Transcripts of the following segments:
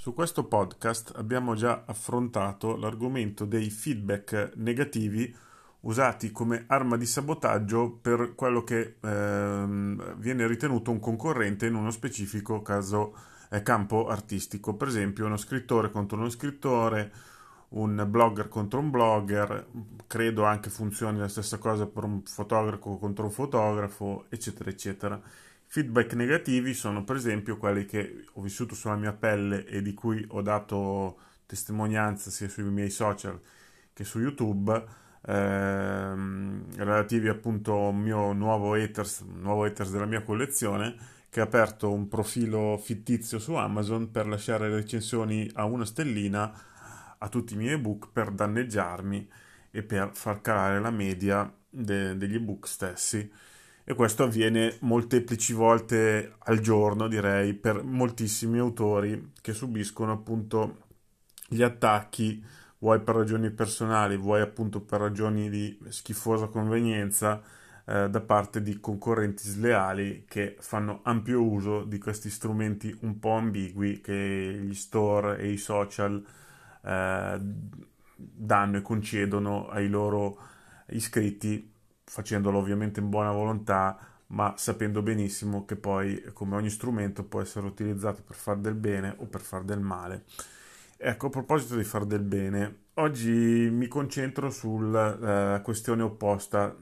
Su questo podcast abbiamo già affrontato l'argomento dei feedback negativi usati come arma di sabotaggio per quello che viene ritenuto un concorrente in uno specifico campo artistico. Per esempio, uno scrittore contro uno scrittore, un blogger contro un blogger, credo anche funzioni la stessa cosa per un fotografo contro un fotografo, eccetera, eccetera. Feedback negativi sono per esempio quelli che ho vissuto sulla mia pelle e di cui ho dato testimonianza sia sui miei social che su YouTube, relativi appunto a un mio nuovo haters della mia collezione, che ha aperto un profilo fittizio su Amazon per lasciare recensioni a una stellina a tutti i miei ebook per danneggiarmi e per far calare la media degli ebook stessi. E questo avviene molteplici volte al giorno, direi, per moltissimi autori che subiscono appunto gli attacchi, vuoi per ragioni personali, vuoi appunto per ragioni di schifosa convenienza, da parte di concorrenti sleali che fanno ampio uso di questi strumenti un po' ambigui che gli store e i social danno e concedono ai loro iscritti, facendolo ovviamente in buona volontà, ma sapendo benissimo che poi, come ogni strumento, può essere utilizzato per far del bene o per far del male. Ecco, a proposito di far del bene, oggi mi concentro sulla questione opposta,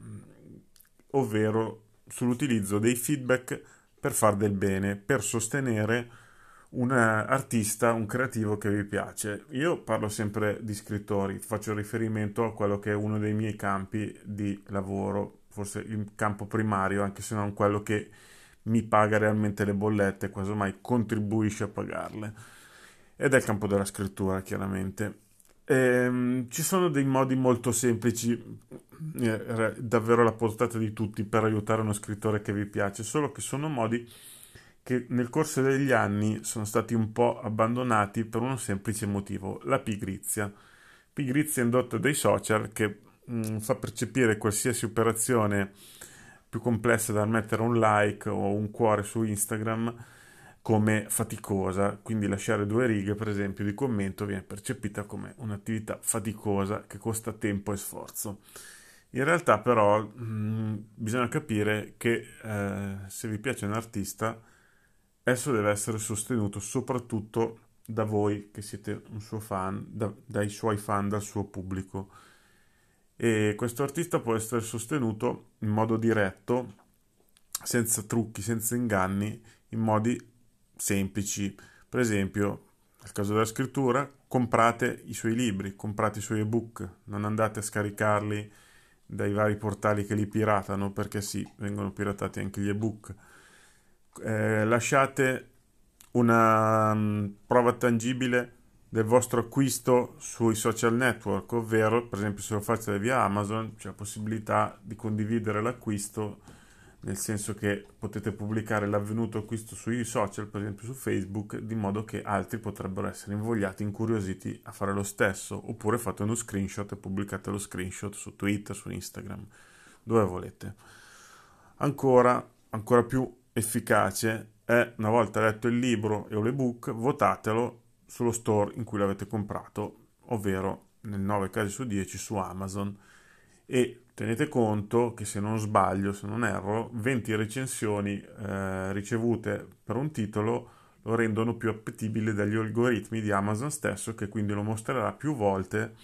ovvero sull'utilizzo dei feedback per far del bene, per sostenere un artista, un creativo che vi piace. Io parlo sempre di scrittori, faccio riferimento a quello che è uno dei miei campi di lavoro, forse il campo primario, anche se non quello che mi paga realmente le bollette, quasi mai contribuisce a pagarle. Ed è il campo della scrittura, chiaramente. Ci sono dei modi molto semplici, davvero alla portata di tutti, per aiutare uno scrittore che vi piace, solo che sono modi che nel corso degli anni sono stati un po' abbandonati per un semplice motivo, la pigrizia. Pigrizia indotta dai social che fa percepire qualsiasi operazione più complessa da mettere un like o un cuore su Instagram come faticosa, quindi lasciare due righe, per esempio, di commento viene percepita come un'attività faticosa che costa tempo e sforzo. In realtà, però, bisogna capire che se vi piace un artista, esso deve essere sostenuto soprattutto da voi che siete un suo fan, dai suoi fan, dal suo pubblico. E questo artista può essere sostenuto in modo diretto, senza trucchi, senza inganni, in modi semplici. Per esempio, nel caso della scrittura, comprate i suoi libri, comprate i suoi ebook, non andate a scaricarli dai vari portali che li piratano, perché sì, vengono piratati anche gli ebook. Lasciate una prova tangibile del vostro acquisto sui social network, ovvero, per esempio, se lo fate via Amazon, c'è la possibilità di condividere l'acquisto, nel senso che potete pubblicare l'avvenuto acquisto sui social, per esempio su Facebook, di modo che altri potrebbero essere invogliati, incuriositi a fare lo stesso, oppure fate uno screenshot e pubblicate lo screenshot su Twitter, su Instagram, dove volete. Ancora più efficace è, una volta letto il libro o l'ebook, votatelo sullo store in cui l'avete comprato, ovvero nel 9 casi su 10 su Amazon. E tenete conto che, se non sbaglio, se non erro, 20 recensioni ricevute per un titolo lo rendono più appetibile dagli algoritmi di Amazon stesso, che quindi lo mostrerà più volte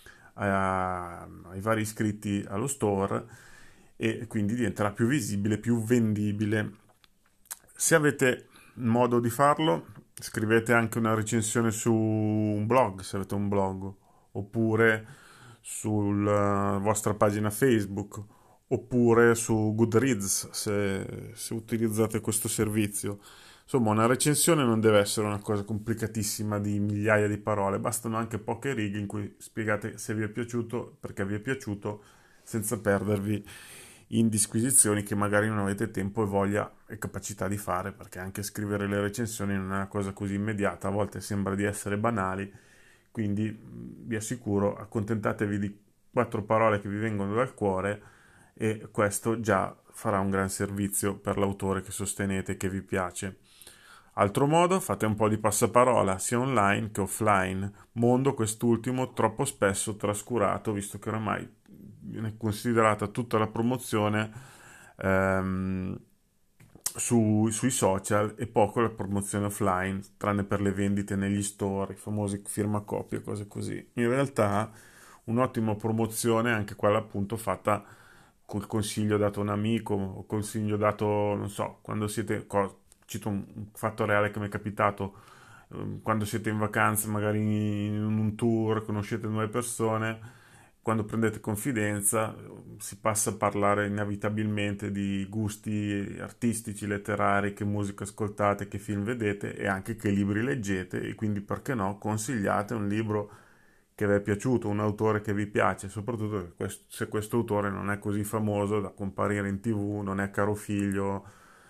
ai vari iscritti allo store e quindi diventerà più visibile, più vendibile. Se avete modo di farlo, scrivete anche una recensione su un blog, se avete un blog, oppure sulla vostra pagina Facebook, oppure su Goodreads, se utilizzate questo servizio. Insomma, una recensione non deve essere una cosa complicatissima di migliaia di parole, bastano anche poche righe in cui spiegate se vi è piaciuto, perché vi è piaciuto, senza perdervi in disquisizioni che magari non avete tempo e voglia e capacità di fare, perché anche scrivere le recensioni non è una cosa così immediata, a volte sembra di essere banali, quindi vi assicuro, accontentatevi di quattro parole che vi vengono dal cuore e questo già farà un gran servizio per l'autore che sostenete, che vi piace. Altro modo, fate un po' di passaparola sia online che offline, mondo quest'ultimo troppo spesso trascurato, visto che oramai viene considerata tutta la promozione ehm, sui social e poco la promozione offline, tranne per le vendite negli store, i famosi firmacopie e cose così. In realtà un'ottima promozione è anche quella appunto fatta col consiglio dato a un amico o consiglio dato, non so, quando siete, cito un fatto reale che mi è capitato, quando siete in vacanza, magari in un tour, conoscete nuove persone, quando prendete confidenza, si passa a parlare inevitabilmente di gusti artistici, letterari, che musica ascoltate, che film vedete e anche che libri leggete e quindi perché no, consigliate un libro che vi è piaciuto, un autore che vi piace, soprattutto se questo autore non è così famoso da comparire in TV, non è Caro Figlio,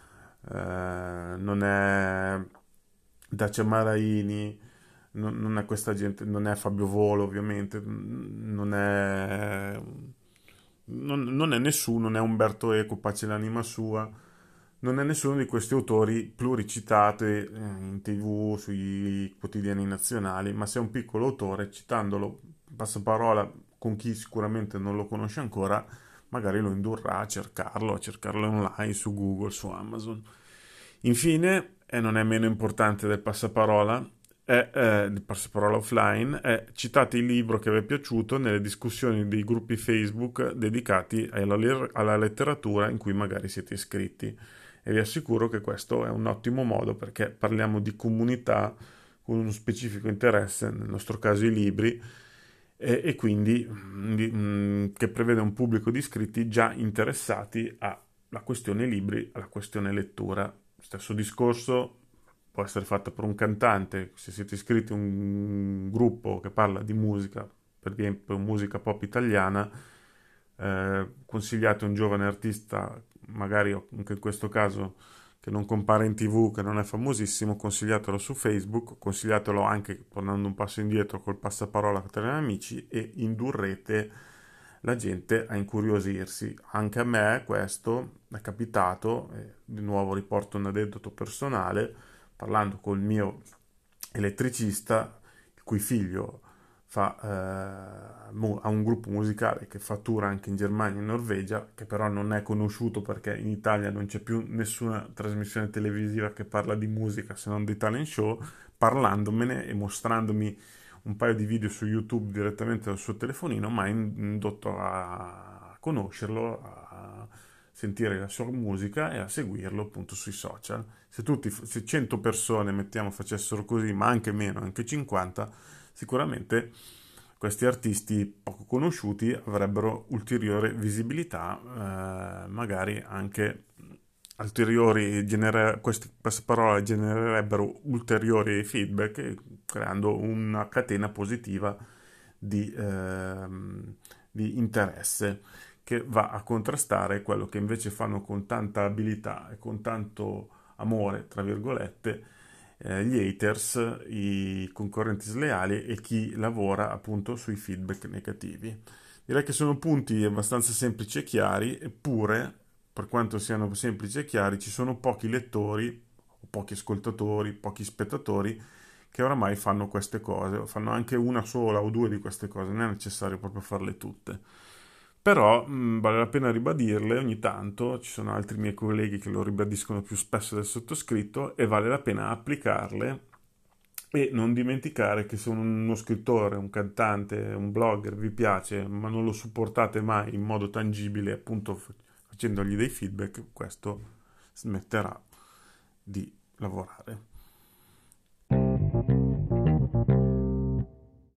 non è Dacia Maraini, non è questa gente, non è Fabio Volo ovviamente, non è nessuno, non è Umberto Eco, pace l'anima sua, non è nessuno di questi autori pluricitati in TV, sui quotidiani nazionali, ma se è un piccolo autore, citandolo passaparola con chi sicuramente non lo conosce ancora, magari lo indurrà a cercarlo online su Google, su Amazon. Infine, e non è meno importante del passaparola, del passaparola offline, è citate il libro che vi è piaciuto nelle discussioni dei gruppi Facebook dedicati alla letteratura in cui magari siete iscritti. E vi assicuro che questo è un ottimo modo perché parliamo di comunità con uno specifico interesse, nel nostro caso i libri, e quindi che prevede un pubblico di iscritti già interessati alla questione libri, alla questione lettura. Stesso discorso può essere fatto per un cantante, se siete iscritti a un gruppo che parla di musica, per esempio musica pop italiana, consigliate un giovane artista, magari anche in questo caso che non compare in TV, che non è famosissimo, consigliatelo su Facebook, consigliatelo anche tornando un passo indietro col passaparola tra gli amici e indurrete la gente a incuriosirsi. Anche a me questo è capitato, e di nuovo riporto un aneddoto personale, parlando col mio elettricista, il cui figlio ha un gruppo musicale che fattura anche in Germania e in Norvegia, che però non è conosciuto perché in Italia non c'è più nessuna trasmissione televisiva che parla di musica se non dei talent show, parlandomene e mostrandomi un paio di video su YouTube direttamente dal suo telefonino, ma ha indotto a conoscerlo, a sentire la sua musica e a seguirlo appunto sui social. Se 100 persone, mettiamo, facessero così, ma anche meno, anche 50, sicuramente questi artisti poco conosciuti avrebbero ulteriore visibilità, magari anche queste parole genererebbero ulteriori feedback, creando una catena positiva di, di interesse che va a contrastare quello che invece fanno con tanta abilità e con tanto amore, tra virgolette, gli haters, i concorrenti sleali e chi lavora appunto sui feedback negativi. Direi che sono punti abbastanza semplici e chiari, eppure, per quanto siano semplici e chiari, ci sono pochi lettori, pochi ascoltatori, pochi spettatori che oramai fanno queste cose, fanno anche una sola o due di queste cose, non è necessario proprio farle tutte. Però vale la pena ribadirle ogni tanto, ci sono altri miei colleghi che lo ribadiscono più spesso del sottoscritto e vale la pena applicarle e non dimenticare che se uno scrittore, un cantante, un blogger vi piace ma non lo supportate mai in modo tangibile, appunto facendogli dei feedback, questo smetterà di lavorare.